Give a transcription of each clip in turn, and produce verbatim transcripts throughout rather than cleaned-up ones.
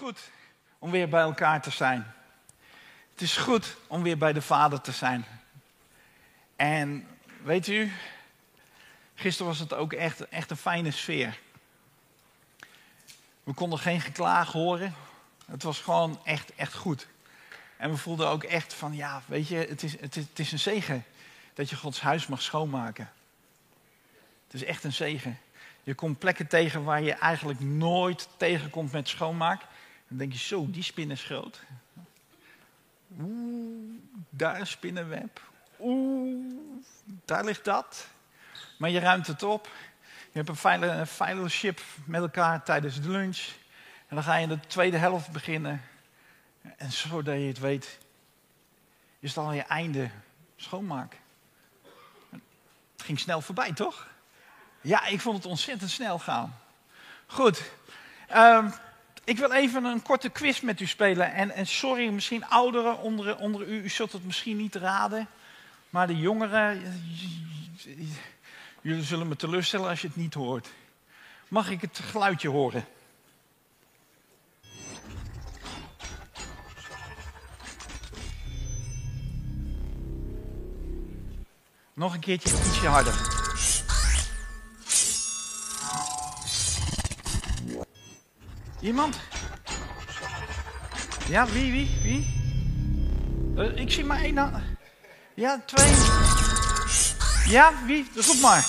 goed om weer bij elkaar te zijn. Het is goed om weer bij de Vader te zijn. En weet u, gisteren was het ook echt, echt een fijne sfeer. We konden geen geklaag horen. Het was gewoon echt, echt goed. En we voelden ook echt van, ja, weet je, het is, het is, het is een zegen dat je Gods huis mag schoonmaken. Het is echt een zegen. Je komt plekken tegen waar je eigenlijk nooit tegenkomt met schoonmaak. Dan denk je, zo, die spin is groot. Oeh, daar een spinnenweb. Oeh, daar ligt dat. Maar je ruimt het op. Je hebt een fellowship met elkaar tijdens de lunch. En dan ga je in de tweede helft beginnen. En zodat je het weet, is het al je einde schoonmaak. Het ging snel voorbij, toch? Ja, ik vond het ontzettend snel gaan. Goed. Um, ik wil even een korte quiz met u spelen. En, en sorry, misschien ouderen onder, onder u, u zult het misschien niet raden. Maar de jongeren, jullie zullen me teleurstellen als je het niet hoort. Mag ik het geluidje horen? Nog een keertje, ietsje harder. Iemand? Ja, wie, wie, wie? Uh, ik zie maar één. Na- ja, twee. Ja, wie? Roep maar.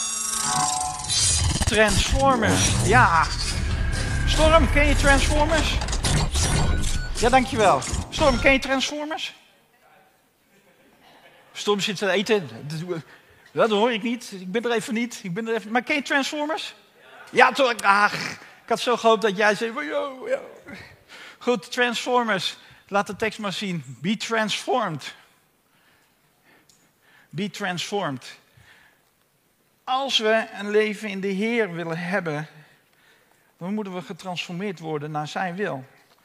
Transformers. Ja. Storm, ken je Transformers? Ja, dankjewel. Storm, ken je Transformers? Storm zit te eten. Dat hoor ik niet. Ik ben er even niet. Ik ben er even... Maar ken je Transformers? Ja, toch. Ach, ik had zo gehoopt dat jij zei... Yo, yo. Goed, Transformers. Laat de tekst maar zien. Be transformed. Be transformed. Als we een leven in de Heer willen hebben... dan moeten we getransformeerd worden naar zijn wil.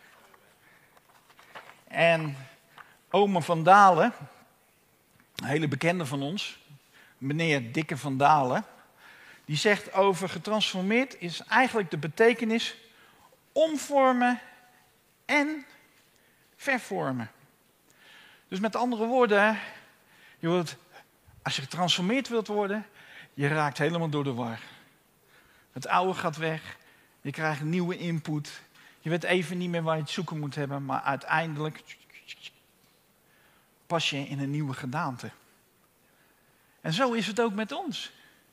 En Ome van Dalen... een hele bekende van ons... meneer Dikke van Dalen... die zegt over getransformeerd is eigenlijk de betekenis... omvormen en vervormen. Dus met andere woorden... je wordt, als je getransformeerd wilt worden... je raakt helemaal door de war. Het oude gaat weg... je krijgt nieuwe input... je weet even niet meer waar je het zoeken moet hebben... maar uiteindelijk... pas je in een nieuwe gedaante. En zo is het ook met ons.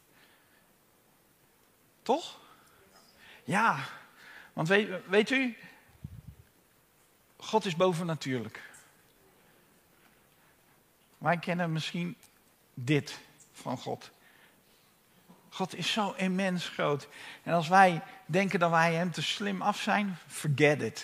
Toch? Ja, want weet, weet u, God is bovennatuurlijk. Wij kennen misschien dit van God. God is zo immens groot. En als wij denken dat wij hem te slim af zijn, forget it.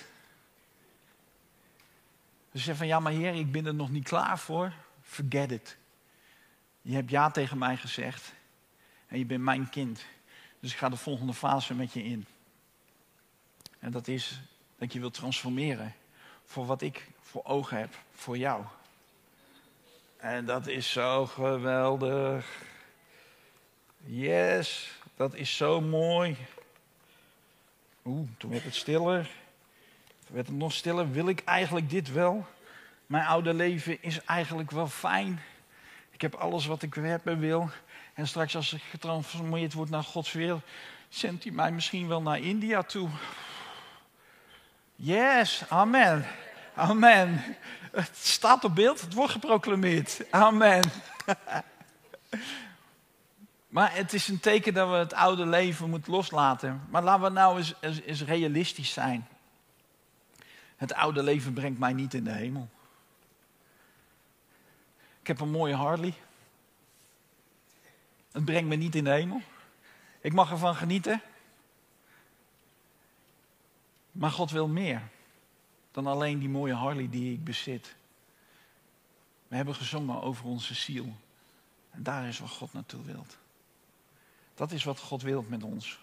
Dus zeggen van, ja maar Heer, ik ben er nog niet klaar voor. Forget it. Je hebt ja tegen mij gezegd. En je bent mijn kind. Dus ik ga de volgende fase met je in. En dat is dat je wilt transformeren. Voor wat ik voor ogen heb. Voor jou. En dat is zo geweldig. Yes. Dat is zo mooi. Oeh, toen werd het stiller. Toen werd het nog stiller. Wil ik eigenlijk dit wel? Mijn oude leven is eigenlijk wel fijn. Ik heb alles wat ik hebben wil. En straks als ik getransformeerd word naar Gods wil, zendt hij mij misschien wel naar India toe. Yes, amen. Amen. Het staat op beeld, het wordt geproclameerd. Amen. Maar het is een teken dat we het oude leven moeten loslaten. Maar laten we nou eens, eens, eens realistisch zijn. Het oude leven brengt mij niet in de hemel. Ik heb een mooie Harley. Het brengt me niet in de hemel. Ik mag ervan genieten. Maar God wil meer dan alleen die mooie Harley die ik bezit. We hebben gezongen over onze ziel. En daar is wat God naartoe wilt. Dat is wat God wil met ons.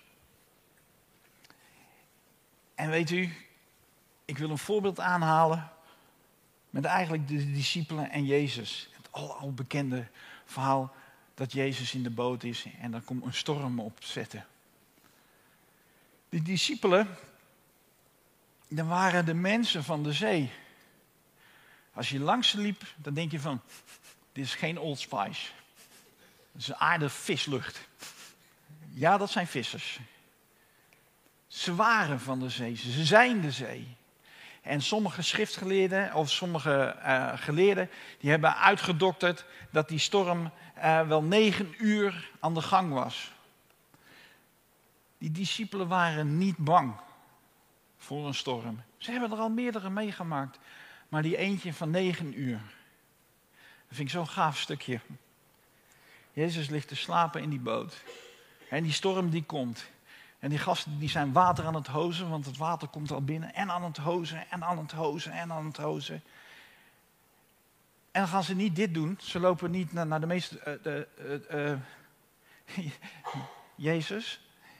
En weet u, ik wil een voorbeeld aanhalen met eigenlijk de discipelen en Jezus. Het al, al bekende verhaal dat Jezus in de boot is en daar komt een storm op zetten. De discipelen, dan waren de mensen van de zee. Als je langs ze liep, dan denk je van, dit is geen Old Spice. Het is een aardige vislucht. Ja, dat zijn vissers. Ze waren van de zee, ze zijn de zee. En sommige schriftgeleerden, of sommige uh, geleerden, die hebben uitgedokterd dat die storm uh, wel negen uur aan de gang was. Die discipelen waren niet bang voor een storm. Ze hebben er al meerdere meegemaakt. Maar die eentje van negen uur. Dat vind ik zo'n gaaf stukje. Jezus ligt te slapen in die boot. En die storm die komt. En die gasten die zijn water aan het hozen, want het water komt al binnen. En aan het hozen, en aan het hozen, en aan het hozen. En dan gaan ze niet dit doen. Ze lopen niet naar, naar de meeste... Uh, de, uh, uh, Jezus.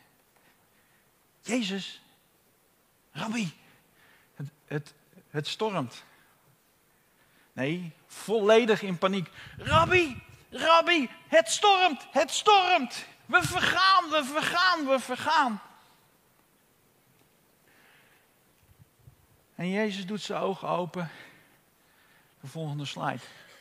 Jezus. Rabbi. Het, het, het stormt. Nee, volledig in paniek. Rabbi, Rabbi, het stormt, het stormt. We vergaan, we vergaan, we vergaan. En Jezus doet zijn ogen open. De volgende slide.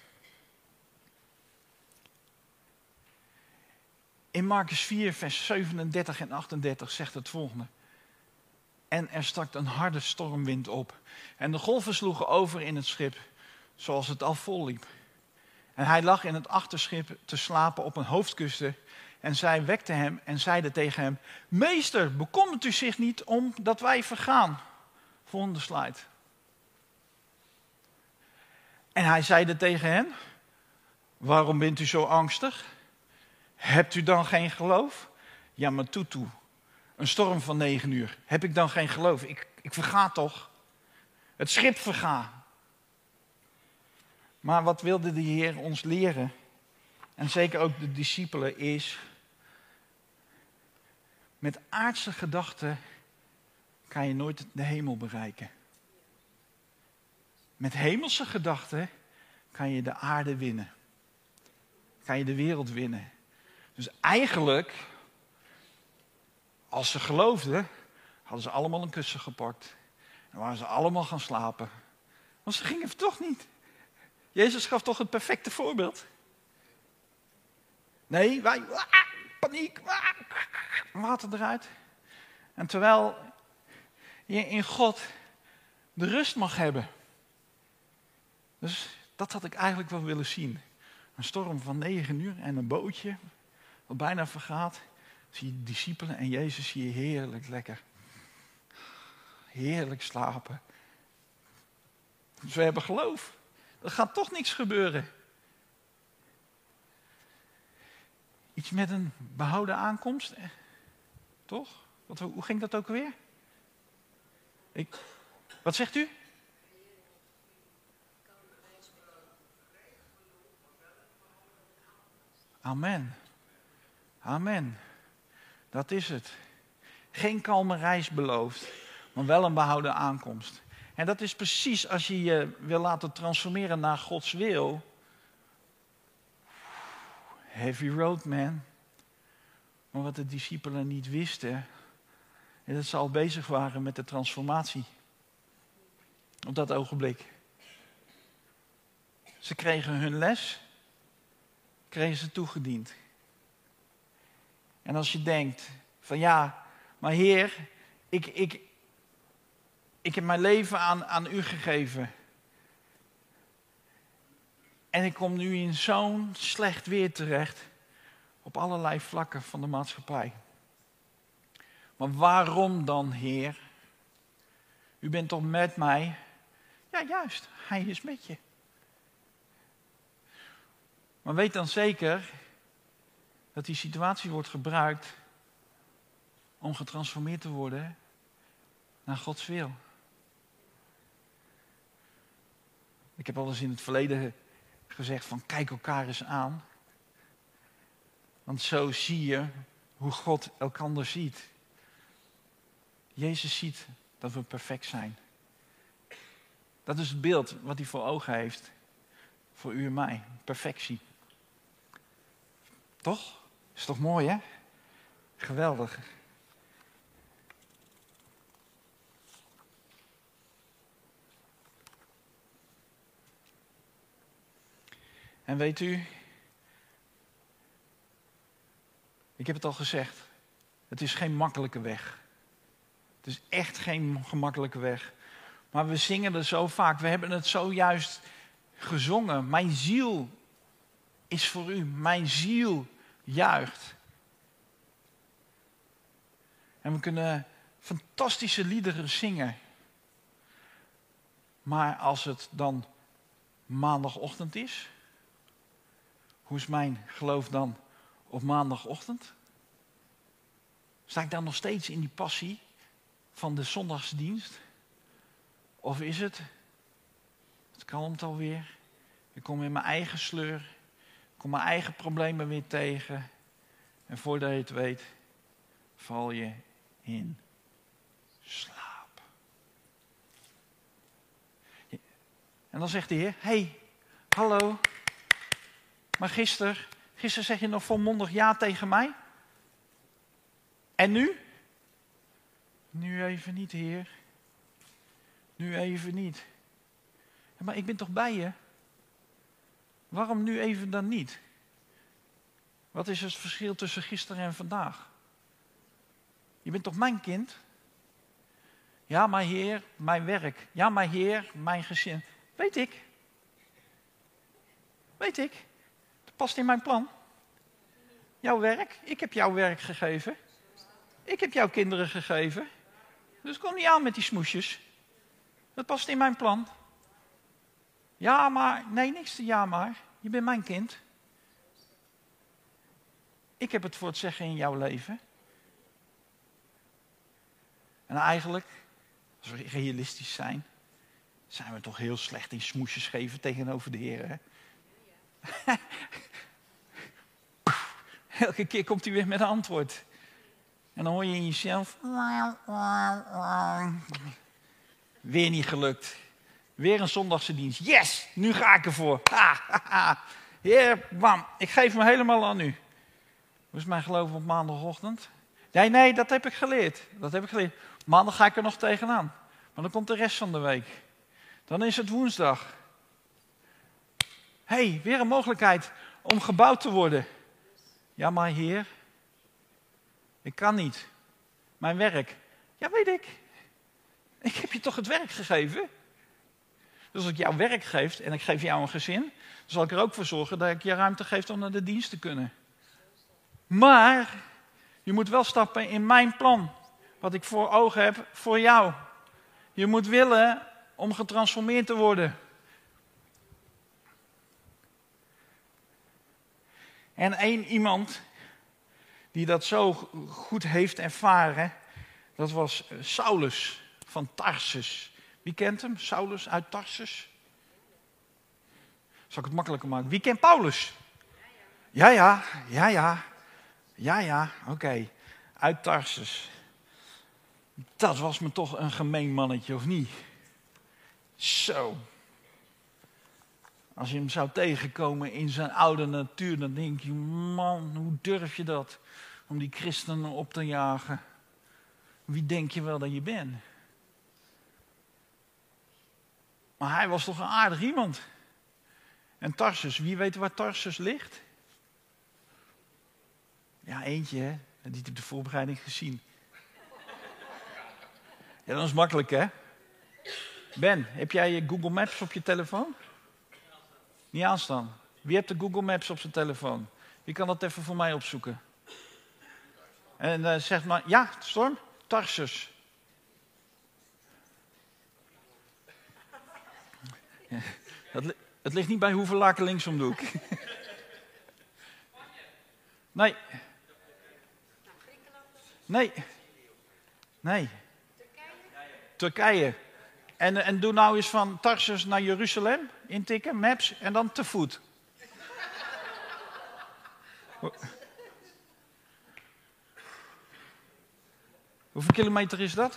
In Marcus vier, vers zevenendertig en achtendertig zegt het volgende. En er stak een harde stormwind op. En de golven sloegen over in het schip, zoals het al vol liep. En hij lag in het achterschip te slapen op een hoofdkussen. En zij wekte hem en zeide tegen hem: Meester, bekommert u zich niet om dat wij vergaan? Volgende slide. En hij zeide tegen hen: Waarom bent u zo angstig? Hebt u dan geen geloof? Ja, maar toe toe. Een storm van negen uur. Heb ik dan geen geloof? Ik, ik verga toch? Het schip verga. Maar wat wilde de Heer ons leren? En zeker ook de discipelen is... Met aardse gedachten kan je nooit de hemel bereiken. Met hemelse gedachten kan je de aarde winnen. Kan je de wereld winnen. Dus eigenlijk, als ze geloofden, hadden ze allemaal een kussen gepakt. En waren ze allemaal gaan slapen. Want ze gingen toch niet. Jezus gaf toch het perfecte voorbeeld. Nee, wij, ah, paniek, ah, water eruit. En terwijl je in God de rust mag hebben. Dus dat had ik eigenlijk wel willen zien. Een storm van negen uur en een bootje, wat bijna vergaat. Zie je discipelen en Jezus zie je heerlijk lekker. Heerlijk slapen. Dus we hebben geloof. Er gaat toch niks gebeuren. Iets met een behouden aankomst. Toch? Wat, hoe ging dat ook weer? Ik, wat zegt u? Amen. Amen. Dat is het. Geen kalme reis beloofd, maar wel een behouden aankomst. En dat is precies als je je wil laten transformeren naar Gods wil. Heavy road, man. Maar wat de discipelen niet wisten, is dat ze al bezig waren met de transformatie. Op dat ogenblik. Ze kregen hun les, kregen ze toegediend. En als je denkt van ja, maar Heer, ik, ik, ik heb mijn leven aan, aan u gegeven. En ik kom nu in zo'n slecht weer terecht. Op allerlei vlakken van de maatschappij. Maar waarom dan, Heer? U bent toch met mij? Ja, juist. Hij is met je. Maar weet dan zeker dat die situatie wordt gebruikt om getransformeerd te worden naar Gods wil. Ik heb al eens in het verleden gezegd van kijk elkaar eens aan. Want zo zie je hoe God elkander ziet. Jezus ziet dat we perfect zijn. Dat is het beeld wat hij voor ogen heeft. Voor u en mij. Perfectie. Toch? Is toch mooi, hè? Geweldig. En weet u, ik heb het al gezegd, het is geen makkelijke weg. Het is echt geen gemakkelijke weg. Maar we zingen er zo vaak, we hebben het zojuist gezongen. Mijn ziel is voor u, mijn ziel juicht. En we kunnen fantastische liederen zingen. Maar als het dan maandagochtend is, hoe is mijn geloof dan op maandagochtend? Sta ik dan nog steeds in die passie van de zondagsdienst? Of is het, het kalmt alweer, ik kom in mijn eigen sleur, ik kom mijn eigen problemen weer tegen. En voordat je het weet, val je in slaap. En dan zegt de Heer, hé, hey, hallo, maar gisteren, gisteren zeg je nog volmondig ja tegen mij. En nu? Nu even niet, Heer. Nu even niet. Maar ik ben toch bij je? Waarom nu even dan niet? Wat is het verschil tussen gisteren en vandaag? Je bent toch mijn kind? Ja, maar Heer, mijn werk. Ja, maar Heer, mijn gezin. Weet ik. Weet ik. Dat past in mijn plan. Jouw werk. Ik heb jouw werk gegeven. Ik heb jouw kinderen gegeven. Dus kom niet aan met die smoesjes. Dat past in mijn plan. Ja, maar. Nee, niks te ja, maar. Je bent mijn kind. Ik heb het voor het zeggen in jouw leven. En eigenlijk, als we realistisch zijn, zijn we toch heel slecht in smoesjes geven tegenover de Heer. Hè? Elke keer komt hij weer met een antwoord. En dan hoor je in jezelf. Weer niet gelukt. Weer een zondagse dienst. Yes, nu ga ik ervoor. Ha, ha, ha. Heer, bam, ik geef me helemaal aan u. Hoe is mijn geloof op maandagochtend? Nee, nee, dat heb ik geleerd. Dat heb ik geleerd. Maandag ga ik er nog tegenaan. Maar dan komt de rest van de week. Dan is het woensdag. Hé, hey, weer een mogelijkheid om gebouwd te worden. Ja, maar Heer, ik kan niet. Mijn werk. Ja, weet ik. Ik heb je toch het werk gegeven? Dus als ik jou werk geef en ik geef jou een gezin, dan zal ik er ook voor zorgen dat ik je ruimte geef om naar de dienst te kunnen. Maar je moet wel stappen in mijn plan. Wat ik voor ogen heb voor jou. Je moet willen om getransformeerd te worden. En één iemand die dat zo goed heeft ervaren, dat was Saulus van Tarsus. Wie kent hem? Saulus uit Tarsus? Zal ik het makkelijker maken? Wie kent Paulus? Ja, ja, ja, ja. Ja, ja, oké. Okay. Uit Tarsus. Dat was me toch een gemeen mannetje, of niet? Zo. Als je hem zou tegenkomen in zijn oude natuur, dan denk je, man, hoe durf je dat? Om die christenen op te jagen. Wie denk je wel dat je bent? Maar hij was toch een aardig iemand. En Tarsus, wie weet waar Tarsus ligt? Ja, eentje, hè. Die heb de voorbereiding gezien. Ja, dat is makkelijk, hè? Ben, heb jij je Google Maps op je telefoon? Niet aanstaan. Wie heeft de Google Maps op zijn telefoon? Wie kan dat even voor mij opzoeken? En uh, zeg maar, ja, Storm, Tarsus. Ja, het, het ligt niet bij hoeveel laken linksom doe ik. Nee. Nee. Nee. Turkije. En, en doe nou eens van Tarsus naar Jeruzalem intikken, maps, en dan te voet. Hoeveel kilometer is dat?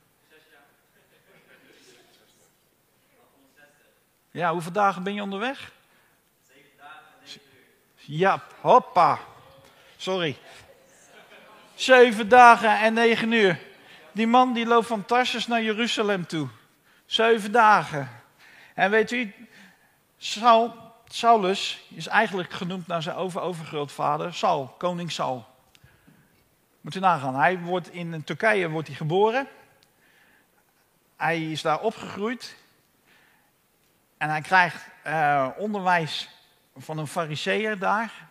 Ja, hoeveel dagen ben je onderweg? Zeven dagen en negen uur. Ja, hoppa. Sorry. Zeven dagen en negen uur. Die man die loopt van Tarsus naar Jeruzalem toe. Zeven dagen. En weet u, Saul, Saulus is eigenlijk genoemd naar zijn over-overgrootvader, Saul, koning Saul. Moet u nagaan, hij wordt in Turkije wordt hij geboren. Hij is daar opgegroeid. En hij krijgt uh, onderwijs van een fariseër daar.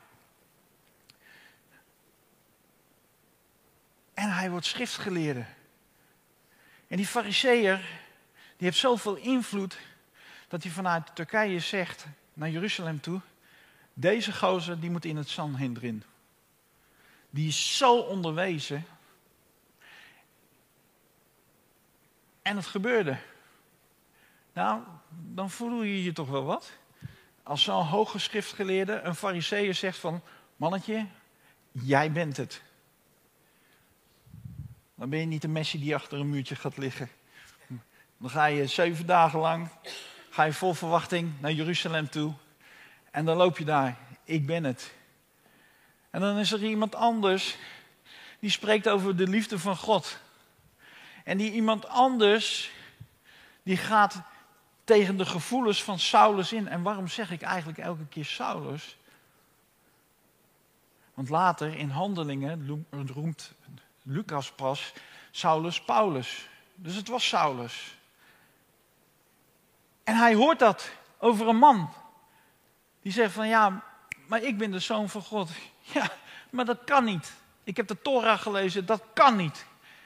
En hij wordt schriftgeleerde. En die fariseër, die heeft zoveel invloed, dat hij vanuit Turkije zegt naar Jeruzalem toe, deze gozer die moet in het Sanhedrin. Die is zo onderwezen. En het gebeurde. Nou, dan voel je je toch wel wat. Als zo'n hoge schriftgeleerde, een fariseeër zegt van, mannetje, jij bent het. Dan ben je niet een messie die achter een muurtje gaat liggen. Dan ga je zeven dagen lang, ga je vol verwachting naar Jeruzalem toe. En dan loop je daar, ik ben het. En dan is er iemand anders, die spreekt over de liefde van God. En die iemand anders, die gaat tegen de gevoelens van Saulus in. En waarom zeg ik eigenlijk elke keer Saulus? Want later in Handelingen roemt Lucas pas Saulus Paulus. Dus het was Saulus. En hij hoort dat over een man. Die zegt van ja, maar ik ben de zoon van God. Ja, maar dat kan niet. Ik heb de Torah gelezen, dat kan niet.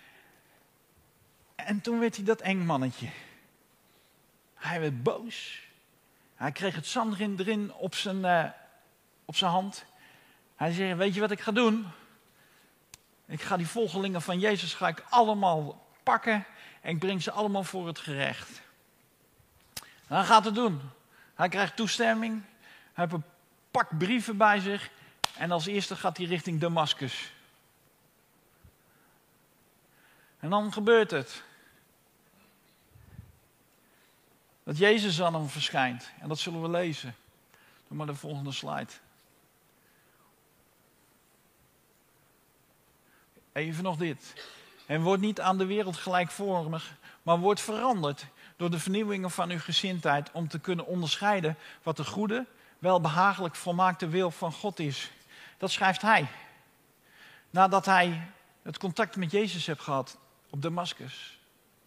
En toen werd hij dat eng mannetje. Hij werd boos. Hij kreeg het Sanhedrin erin op zijn, uh, op zijn hand. Hij zei, weet je wat ik ga doen? Ik ga die volgelingen van Jezus ga ik allemaal pakken en ik breng ze allemaal voor het gerecht. En hij gaat het doen. Hij krijgt toestemming. Hij heeft een pak brieven bij zich. En als eerste gaat hij richting Damascus. En dan gebeurt het. Dat Jezus aan hem verschijnt. En dat zullen we lezen. Doe maar de volgende slide. Even nog dit. En wordt niet aan de wereld gelijkvormig, maar wordt veranderd door de vernieuwingen van uw gezindheid om te kunnen onderscheiden wat de goede, welbehagelijk volmaakte wil van God is. Dat schrijft hij. Nadat hij het contact met Jezus heeft gehad op Damascus.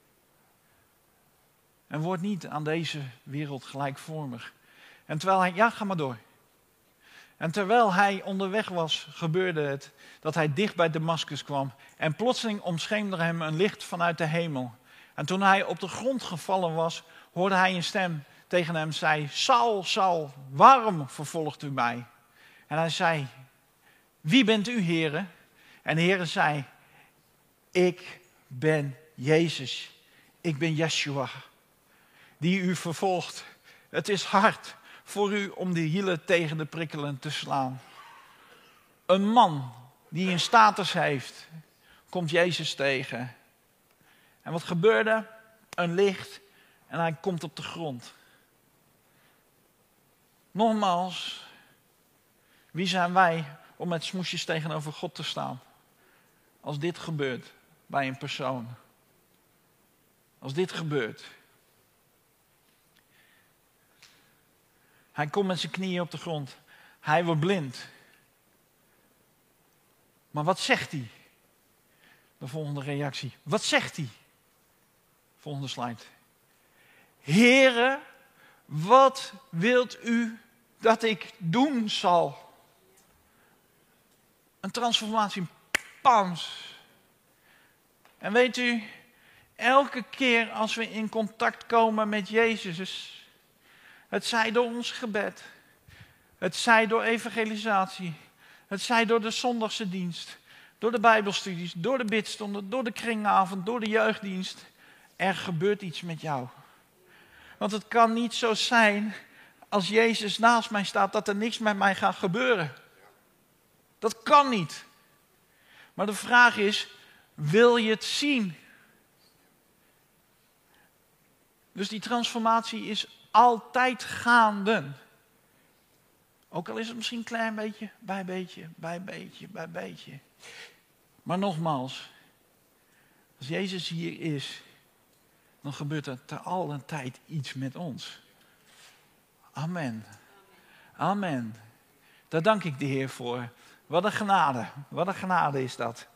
En wordt niet aan deze wereld gelijkvormig. En terwijl hij, ja, ga maar door. En terwijl hij onderweg was, gebeurde het dat hij dicht bij Damascus kwam. En plotseling omscheemde hem een licht vanuit de hemel. En toen hij op de grond gevallen was, hoorde hij een stem tegen hem zei, Saul, Saul, waarom vervolgt u mij? En hij zei, wie bent u, Heere? En de Heere zei, ik ben Jezus, ik ben Yeshua, die u vervolgt. Het is hard voor u om de hielen tegen de prikkelen te slaan. Een man die een status heeft, komt Jezus tegen. En wat gebeurde? Een licht en hij komt op de grond. Nogmaals, wie zijn wij om met smoesjes tegenover God te staan? Als dit gebeurt bij een persoon. Als dit gebeurt. Hij komt met zijn knieën op de grond. Hij wordt blind. Maar wat zegt hij? De volgende reactie. Wat zegt hij? Volgende slide. Heere, wat wilt u dat ik doen zal? Een transformatie. Pams. En weet u, elke keer als we in contact komen met Jezus, het zij door ons gebed, het zij door evangelisatie, het zij door de zondagse dienst, door de bijbelstudies, door de bidstonden, door de kringavond, door de jeugddienst, er gebeurt iets met jou. Want het kan niet zo zijn, als Jezus naast mij staat, dat er niks met mij gaat gebeuren. Dat kan niet. Maar de vraag is, wil je het zien? Dus die transformatie is altijd gaande. Ook al is het misschien een klein beetje, bij beetje, bij beetje, bij beetje. Maar nogmaals, als Jezus hier is, dan gebeurt er te al een tijd iets met ons. Amen. Amen. Daar dank ik de Heer voor. Wat een genade. Wat een genade is dat.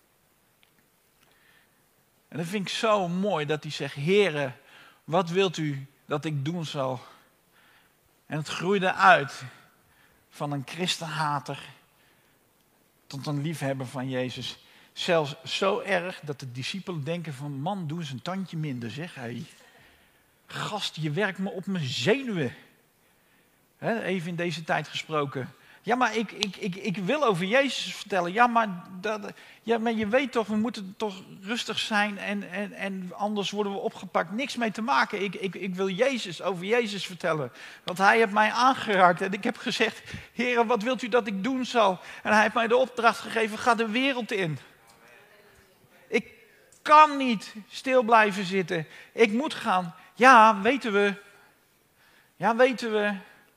En dat vind ik zo mooi dat hij zegt, Heere, wat wilt u dat ik doen zal? En het groeide uit van een christenhater tot een liefhebber van Jezus. Zelfs zo erg dat de discipelen denken van, man, doe eens een tandje minder, zeg. Hey, gast, je werkt me op mijn zenuwen. He, even in deze tijd gesproken. Ja, maar ik, ik, ik, ik wil over Jezus vertellen. Ja maar, dat, ja, maar je weet toch, we moeten toch rustig zijn en, en, en anders worden we opgepakt. Niks mee te maken. Ik, ik, ik wil Jezus, over Jezus vertellen. Want hij heeft mij aangeraakt en ik heb gezegd, Heer, wat wilt u dat ik doen zal? En hij heeft mij de opdracht gegeven, ga de wereld in. Ik kan niet stil blijven zitten. Ik moet gaan. Ja, weten we. Ja, weten we.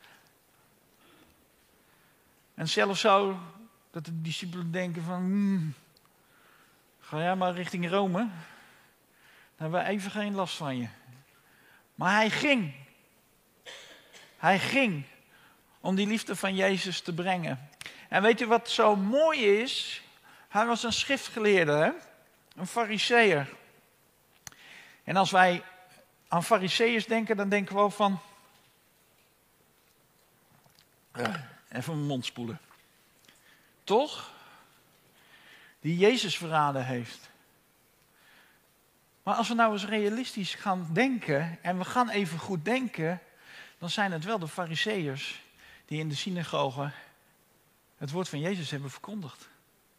En zelfs zo dat de discipelen denken van, hmm, ga jij maar richting Rome. Dan hebben we even geen last van je. Maar hij ging. Hij ging om die liefde van Jezus te brengen. En weet u wat zo mooi is? Hij was een schriftgeleerde, hè? Een fariseër. En als wij aan fariseërs denken, dan denken we ook van, even mijn mond spoelen. Toch? Die Jezus verraden heeft. Maar als we nou eens realistisch gaan denken, en we gaan even goed denken, dan zijn het wel de fariseërs die in de synagoge het woord van Jezus hebben verkondigd.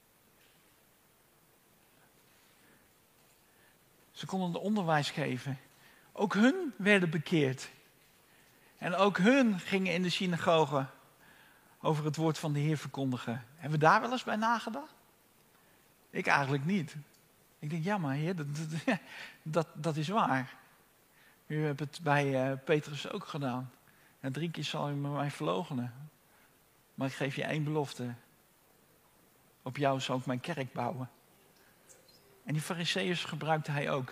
Ze konden het onderwijs geven. Ook hun werden bekeerd. En ook hun gingen in de synagoge over het woord van de Heer verkondigen. Hebben we daar wel eens bij nagedacht? Ik eigenlijk niet. Ik denk, ja maar Heer, dat, dat, dat, dat is waar. U hebt het bij uh, Petrus ook gedaan. En drie keer zal u mij verloochenen. Maar ik geef je één belofte. Op jou zal ik mijn kerk bouwen. En die fariseeërs gebruikte hij ook.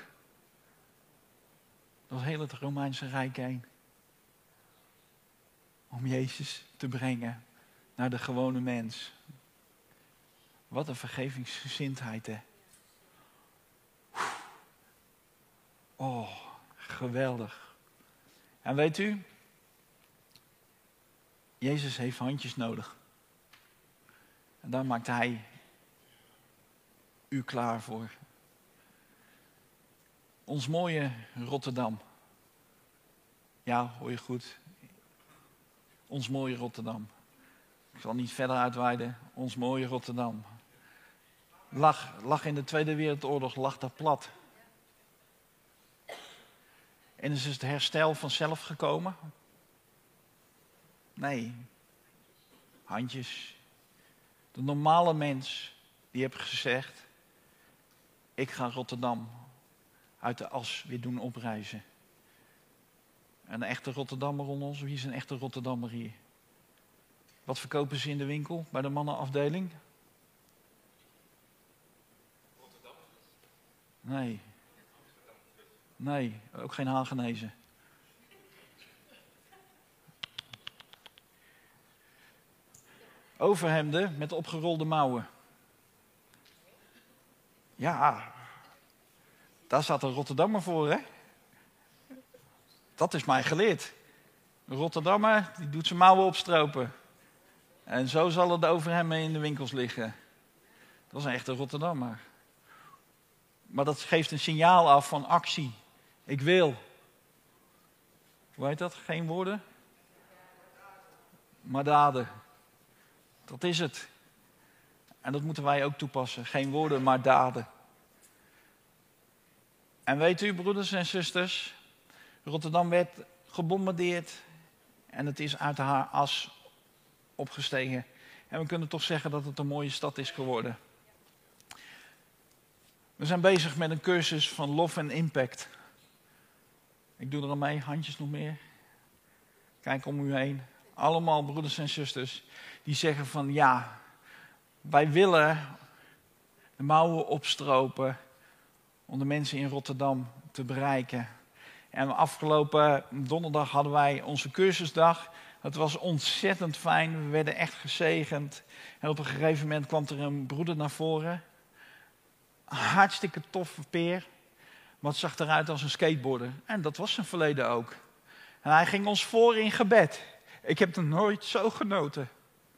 Door heel het Romeinse Rijk heen. Om Jezus te brengen naar de gewone mens. Wat een vergevingsgezindheid, hè. Oh, geweldig. En weet u, Jezus heeft handjes nodig. En daar maakt hij u klaar voor. Ons mooie Rotterdam. Ja, hoor je goed. Ons mooie Rotterdam. Ik zal niet verder uitweiden. Ons mooie Rotterdam. Lag, lag in de Tweede Wereldoorlog, lag daar plat. En is het herstel vanzelf gekomen? Nee. Handjes. De normale mens, die heeft gezegd, ik ga Rotterdam uit de as weer doen oprijzen. Een echte Rotterdammer onder ons, wie is een echte Rotterdammer hier? Wat verkopen ze in de winkel, bij de mannenafdeling? Rotterdam? Nee. Nee, ook geen Hagenezen. Overhemden met opgerolde mouwen. Ja, daar staat een Rotterdammer voor, hè? Dat is mij geleerd. Een Rotterdammer, die doet zijn mouwen opstropen. En zo zal het overhemden in de winkels liggen. Dat is een echte Rotterdammer. Maar dat geeft een signaal af van actie. Ik wil. Hoe heet dat? Geen woorden? Maar daden. Dat is het. En dat moeten wij ook toepassen. Geen woorden, maar daden. En weet u, broeders en zusters, Rotterdam werd gebombardeerd en het is uit haar as opgestegen. En we kunnen toch zeggen dat het een mooie stad is geworden. We zijn bezig met een cursus van Love and Impact. Ik doe er aan mee, handjes nog meer. Kijk om u heen. Allemaal broeders en zusters die zeggen van ja, wij willen de mouwen opstropen om de mensen in Rotterdam te bereiken. En afgelopen donderdag hadden wij onze cursusdag. Het was ontzettend fijn. We werden echt gezegend. En op een gegeven moment kwam er een broeder naar voren. Hartstikke toffe peer. Maar het zag eruit als een skateboarder. En dat was zijn verleden ook. En hij ging ons voor in gebed. Ik heb er nooit zo genoten.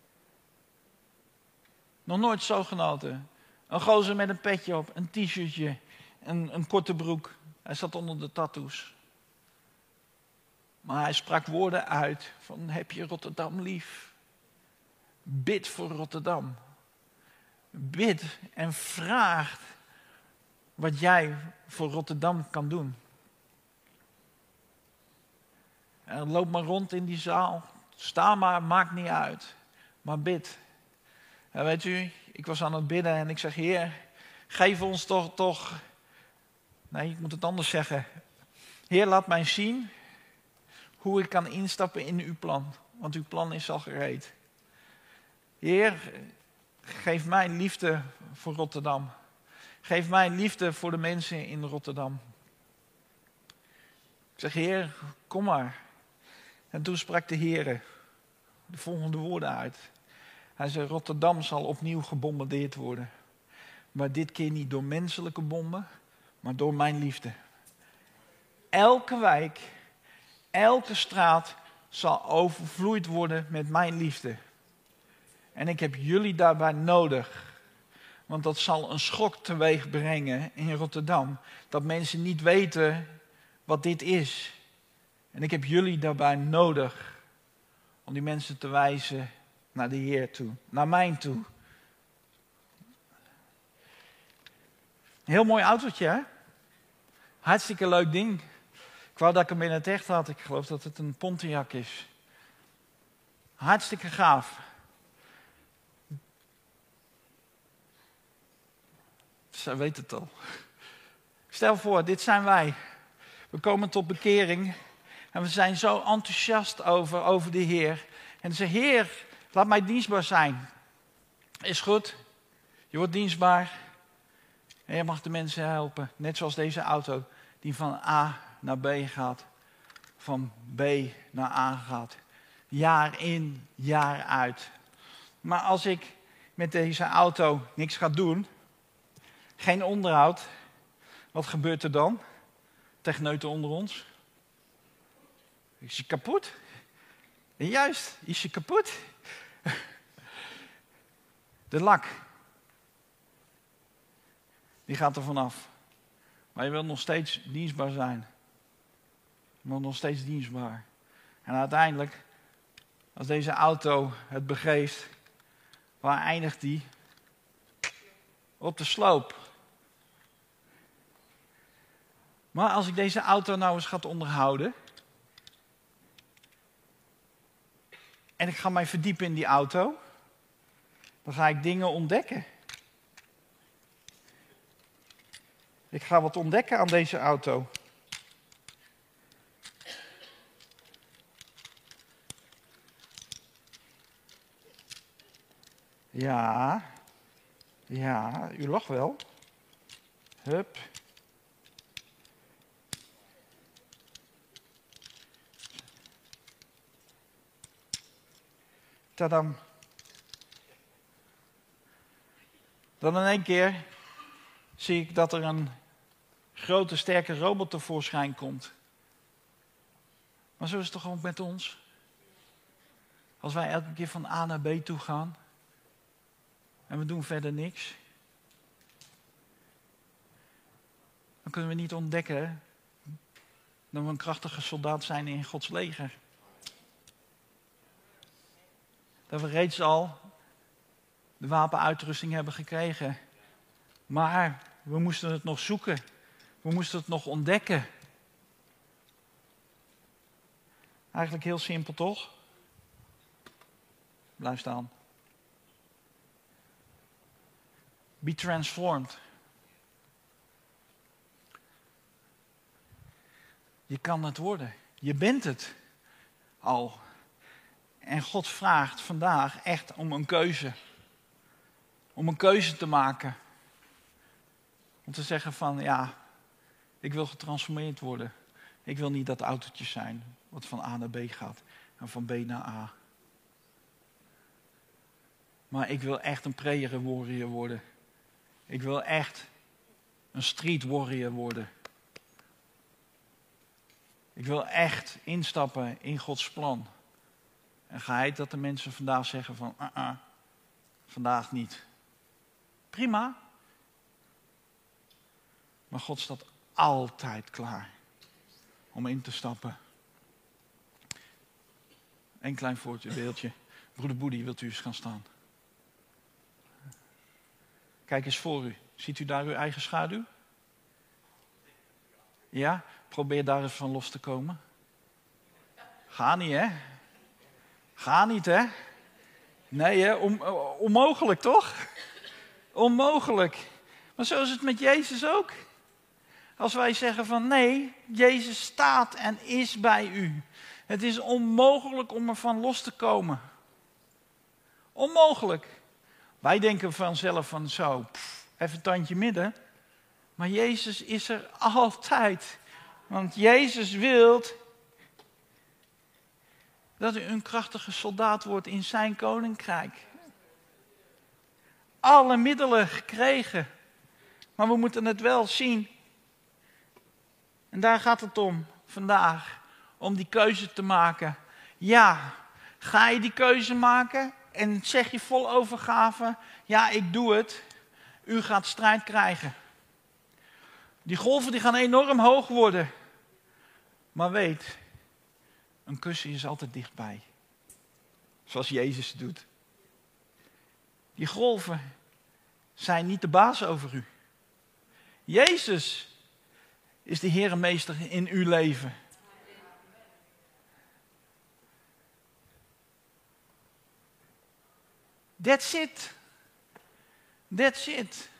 Nog nooit zo genoten. Een gozer met een petje op, een t-shirtje, een, een korte broek. Hij zat onder de tattoos. Maar hij sprak woorden uit van, heb je Rotterdam lief? Bid voor Rotterdam. Bid en vraag wat jij voor Rotterdam kan doen. En loop maar rond in die zaal. Sta maar, maakt niet uit. Maar bid. En weet u, ik was aan het bidden en ik zeg, Heer, geef ons toch, toch... Nee, ik moet het anders zeggen. Heer, laat mij zien hoe ik kan instappen in uw plan. Want uw plan is al gereed. Heer, geef mij liefde voor Rotterdam. Geef mij liefde voor de mensen in Rotterdam. Ik zeg, Heer, kom maar. En toen sprak de Heer de volgende woorden uit. Hij zei, Rotterdam zal opnieuw gebombardeerd worden. Maar dit keer niet door menselijke bommen, maar door mijn liefde. Elke wijk, elke straat zal overvloeid worden met mijn liefde. En ik heb jullie daarbij nodig. Want dat zal een schok teweeg brengen in Rotterdam. Dat mensen niet weten wat dit is. En ik heb jullie daarbij nodig. Om die mensen te wijzen naar de Heer toe. Naar mij toe. Een heel mooi autootje, hè? Hartstikke leuk ding. Ik wou dat ik hem in het echt had. Ik geloof dat het een Pontiac is. Hartstikke gaaf. Zij weet het al. Stel voor, dit zijn wij. We komen tot bekering. En we zijn zo enthousiast over, over de Heer. En ze zeggen, Heer, laat mij dienstbaar zijn. Is goed. Je wordt dienstbaar. En je mag de mensen helpen. Net zoals deze auto die van A naar B gaat. Van B naar A gaat. Jaar in, jaar uit. Maar als ik met deze auto niks ga doen. Geen onderhoud. Wat gebeurt er dan? Techneuten onder ons. Is je kapot? En juist, is je kapot? De lak. Die gaat er vanaf. Maar je wilt nog steeds dienstbaar zijn. Je wilt nog steeds dienstbaar. En uiteindelijk, als deze auto het begeeft, waar eindigt die? Op de sloop. Maar als ik deze auto nou eens ga onderhouden. En ik ga mij verdiepen in die auto. Dan ga ik dingen ontdekken. Ik ga wat ontdekken aan deze auto. Ja. Ja, u lacht wel. Hup. Tadam. Dan in één keer zie ik dat er een grote, sterke robot tevoorschijn komt. Maar zo is het toch ook met ons? Als wij elke keer van A naar B toe gaan en we doen verder niks, dan kunnen we niet ontdekken dat we een krachtige soldaat zijn in Gods leger. Dat we reeds al de wapenuitrusting hebben gekregen. Maar we moesten het nog zoeken. We moesten het nog ontdekken. Eigenlijk heel simpel, toch? Blijf staan. Be transformed. Je kan het worden. Je bent het al. En God vraagt vandaag echt om een keuze. Om een keuze te maken. Om te zeggen van, ja, ik wil getransformeerd worden. Ik wil niet dat autootje zijn wat van A naar B gaat. en van B naar A. Maar ik wil echt een prayer warrior worden. Ik wil echt een street warrior worden. Ik wil echt instappen in Gods plan. En geheid dat de mensen vandaag zeggen van, uh -uh, vandaag niet. Prima. Maar God staat altijd klaar om in te stappen. Eén klein voorbeeldje. Broeder Boedi, wilt u eens gaan staan? Kijk eens voor u. Ziet u daar uw eigen schaduw? Ja? Probeer daar eens van los te komen. Ga niet, hè? Ga niet, hè? Nee, hè? On- onmogelijk, toch? Onmogelijk. Maar zo is het met Jezus ook. Als wij zeggen van nee, Jezus staat en is bij u. Het is onmogelijk om ervan los te komen. Onmogelijk. Wij denken vanzelf van zo, pff, even een tandje midden. Maar Jezus is er altijd. Want Jezus wil dat u een krachtige soldaat wordt in zijn koninkrijk. Alle middelen gekregen. Maar we moeten het wel zien. En daar gaat het om vandaag. Om die keuze te maken. Ja, ga je die keuze maken? En zeg je vol overgave. Ja, ik doe het. U gaat strijd krijgen. Die golven die gaan enorm hoog worden. Maar weet, een kussen is altijd dichtbij. Zoals Jezus het doet. Die golven zijn niet de baas over u. Jezus is de Heer en Meester in uw leven. That's it. That's it.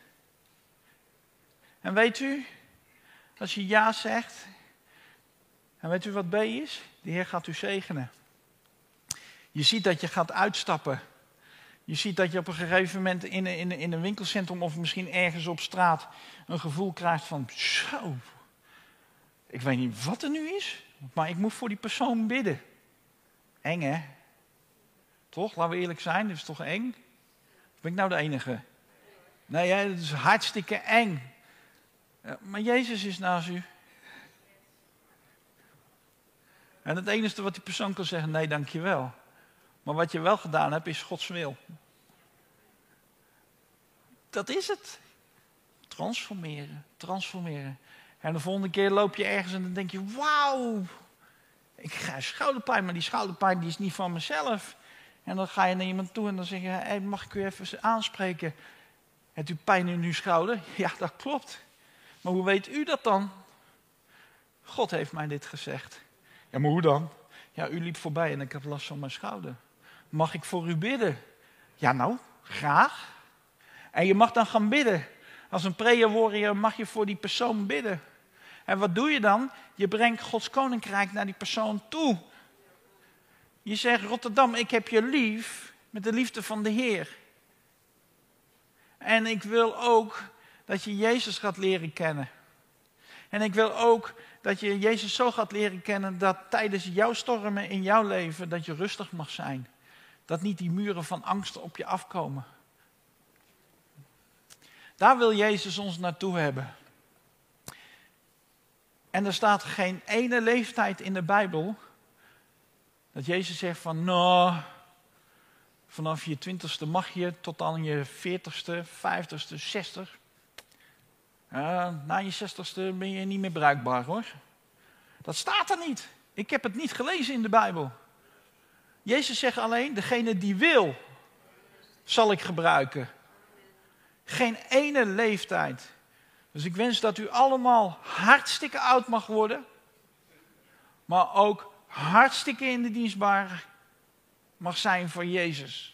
En weet u, als je ja zegt, en weet u wat B is? De Heer gaat u zegenen. Je ziet dat je gaat uitstappen. Je ziet dat je op een gegeven moment in een, in, een, in een winkelcentrum of misschien ergens op straat een gevoel krijgt van zo, ik weet niet wat er nu is, maar ik moet voor die persoon bidden. Eng, hè? Toch? Laten we eerlijk zijn, dat is toch eng? Of ben ik nou de enige? Nee, hè? Het is hartstikke eng. Maar Jezus is naast u. En het enige wat die persoon kan zeggen, nee, dankjewel. Maar wat je wel gedaan hebt, is Gods wil. Dat is het. Transformeren, transformeren. En de volgende keer loop je ergens en dan denk je, wauw, ik krijg schouderpijn, maar die schouderpijn die is niet van mezelf. En dan ga je naar iemand toe en dan zeg je, hey, mag ik u even aanspreken? Hebt u pijn in uw schouder? Ja, dat klopt. Maar hoe weet u dat dan? God heeft mij dit gezegd. Ja, maar hoe dan? Ja, u liep voorbij en ik heb last van mijn schouder. Mag ik voor u bidden? Ja, nou, graag. En je mag dan gaan bidden. Als een prayer warrior mag je voor die persoon bidden. En wat doe je dan? Je brengt Gods koninkrijk naar die persoon toe. Je zegt, Rotterdam, ik heb je lief met de liefde van de Heer. En ik wil ook dat je Jezus gaat leren kennen. En ik wil ook dat je Jezus zo gaat leren kennen dat tijdens jouw stormen in jouw leven, dat je rustig mag zijn. Dat niet die muren van angst op je afkomen. Daar wil Jezus ons naartoe hebben. En er staat geen ene leeftijd in de Bijbel dat Jezus zegt van, nou, vanaf je twintigste mag je tot aan je veertigste, vijftigste, zestig. Uh, na je zestigste ben je niet meer bruikbaar, hoor. Dat staat er niet. Ik heb het niet gelezen in de Bijbel. Jezus zegt alleen, degene die wil, zal ik gebruiken. Geen ene leeftijd. Dus ik wens dat u allemaal hartstikke oud mag worden. Maar ook hartstikke in de dienstbaar mag zijn voor Jezus.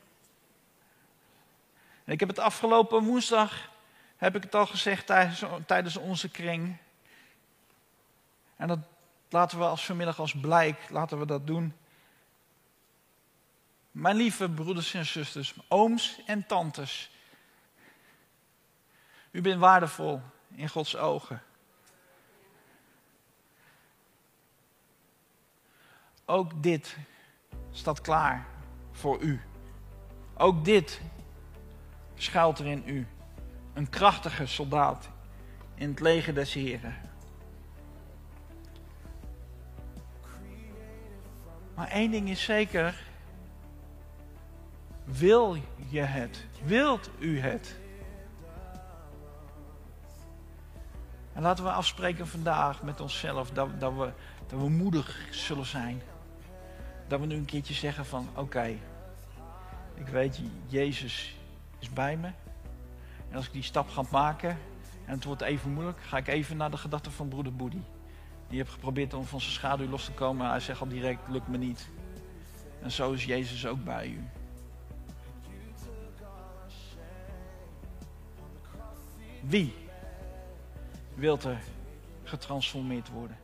En ik heb het afgelopen woensdag, heb ik het al gezegd tijdens, tijdens onze kring. En dat laten we als vanmiddag als blijk, laten we dat doen. Mijn lieve broeders en zusters, ooms en tantes. U bent waardevol in Gods ogen. Ook dit staat klaar voor u. Ook dit schuilt er in u. Een krachtige soldaat in het leger des Heren. Maar één ding is zeker. Wil je het? Wilt u het? En laten we afspreken vandaag met onszelf dat, dat, we, dat we moedig zullen zijn. Dat we nu een keertje zeggen van oké, okay, ik weet Jezus is bij me. En als ik die stap ga maken en het wordt even moeilijk, ga ik even naar de gedachte van broeder Boedi. Die heeft geprobeerd om van zijn schaduw los te komen. Hij zegt al direct, lukt me niet. En zo is Jezus ook bij u. Wie wilt er getransformeerd worden?